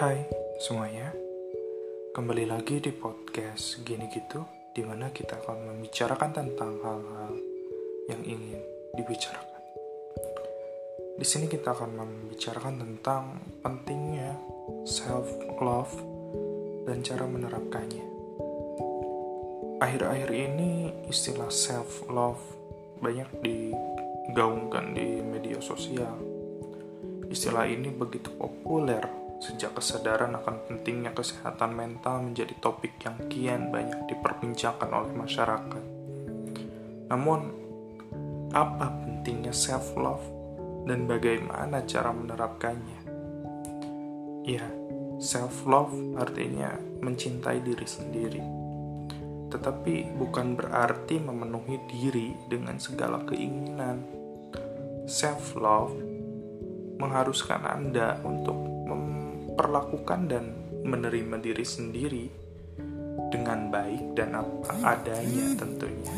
Hai semuanya, kembali lagi di podcast Gini Gitu, di mana kita akan membicarakan tentang hal-hal yang ingin dibicarakan. Di sini kita akan membicarakan tentang pentingnya self-love dan cara menerapkannya. Akhir-akhir ini istilah self-love banyak digaungkan di media sosial. Istilah ini begitu populer sejak kesadaran akan pentingnya kesehatan mental menjadi topik yang kian banyak diperbincangkan oleh masyarakat. Namun, apa pentingnya self-love dan bagaimana cara menerapkannya? Ya, self-love artinya mencintai diri sendiri. Tetapi bukan berarti memenuhi diri dengan segala keinginan. Self-love mengharuskan Anda untuk memperlakukan dan menerima diri sendiri dengan baik dan apa adanya tentunya.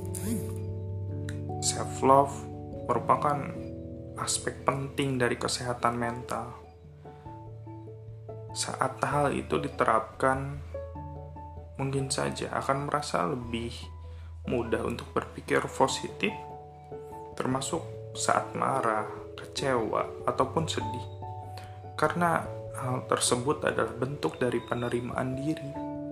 Self-love merupakan aspek penting dari kesehatan mental. Saat hal itu diterapkan, mungkin saja akan merasa lebih mudah untuk berpikir positif, termasuk saat marah, kecewa, ataupun sedih. Karena hal tersebut adalah bentuk dari penerimaan diri.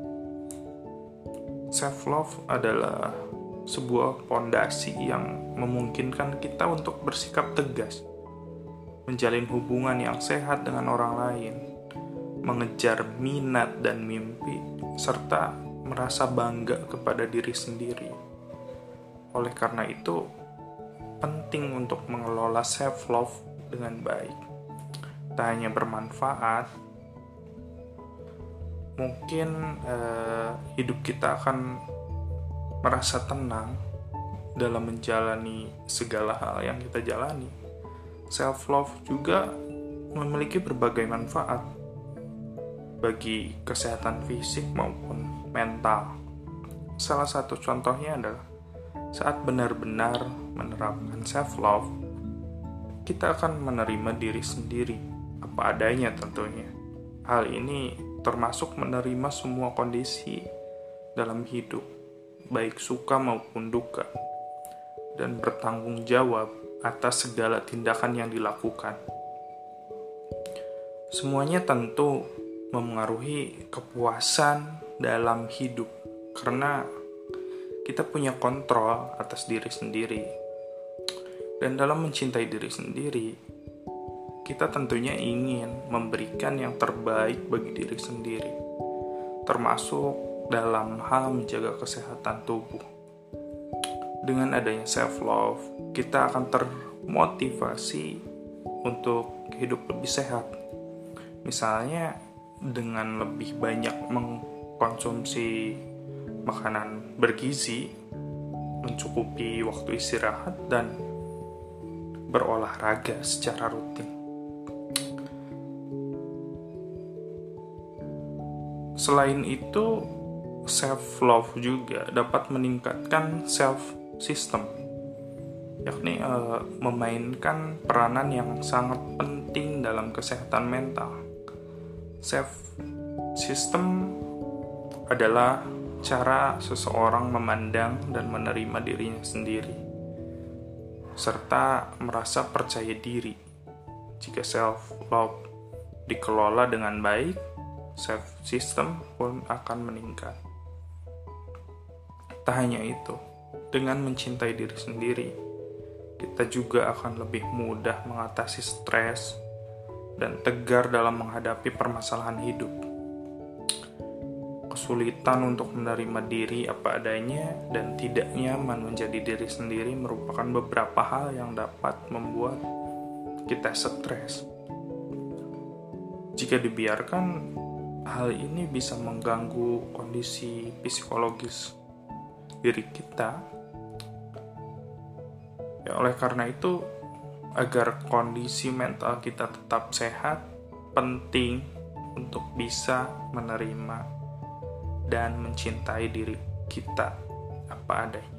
Self-love adalah sebuah fondasi yang memungkinkan kita untuk bersikap tegas, menjalin hubungan yang sehat dengan orang lain, mengejar minat dan mimpi, serta merasa bangga kepada diri sendiri. Oleh karena itu, penting untuk mengelola self-love dengan baik. Tak hanya bermanfaat, mungkin hidup kita akan merasa tenang dalam menjalani segala hal yang kita jalani. Self-love juga memiliki berbagai manfaat bagi kesehatan fisik maupun mental. Salah satu contohnya adalah saat benar-benar menerapkan self-love, kita akan menerima diri sendiri apa adanya tentunya. Hal ini termasuk menerima semua kondisi dalam hidup, baik suka maupun duka, dan bertanggung jawab atas segala tindakan yang dilakukan. Semuanya tentu memengaruhi kepuasan dalam hidup, karena kita punya kontrol atas diri sendiri. Dan dalam mencintai diri sendiri, kita tentunya ingin memberikan yang terbaik bagi diri sendiri, termasuk dalam hal menjaga kesehatan tubuh. Dengan adanya self-love, kita akan termotivasi untuk hidup lebih sehat. Misalnya, dengan lebih banyak mengkonsumsi makanan bergizi, mencukupi waktu istirahat, dan berolahraga secara rutin. Selain itu, self-love juga dapat meningkatkan self-system, yakni memainkan peranan yang sangat penting dalam kesehatan mental. Self-system adalah cara seseorang memandang dan menerima dirinya sendiri, serta merasa percaya diri. Jika self-love dikelola dengan baik, self-system pun akan meningkat. Tak hanya itu, dengan mencintai diri sendiri, kita juga akan lebih mudah mengatasi stres dan tegar dalam menghadapi permasalahan hidup. Kesulitan untuk menerima diri apa adanya dan tidak nyaman menjadi diri sendiri merupakan beberapa hal yang dapat membuat kita stres. Jika dibiarkan, hal ini bisa mengganggu kondisi psikologis diri kita. Ya, oleh karena itu, agar kondisi mental kita tetap sehat, penting untuk bisa menerima dan mencintai diri kita apa adanya.